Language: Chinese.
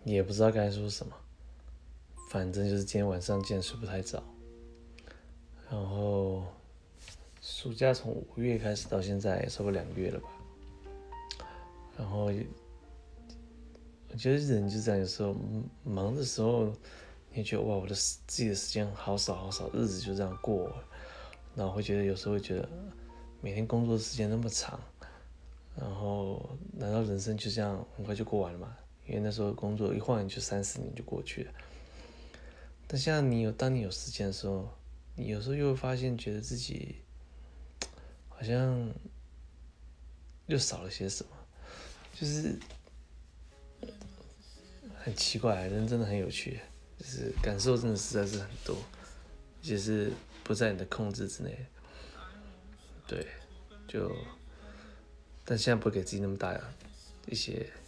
也不知道该说什么，反正就是今天晚上竟然睡不太早。然后暑假从5月开始到现在，差不多2个月了吧。然后我觉得人就这样，有时候忙的时候，你会觉得哇，我的自己的时间好少好少，日子就这样过了。然后会觉得有时候会觉得每天工作的时间那么长，然后难道人生就这样很快就过完了吗？因为那时候工作一晃眼就3、4年就过去了。但现在当你有时间的时候，你有时候又会发现，觉得自己好像又少了些什么，就是很奇怪，人真的很有趣，就是感受真的实在是很多，就是不在你的控制之内。对，但现在不会给自己那么大一些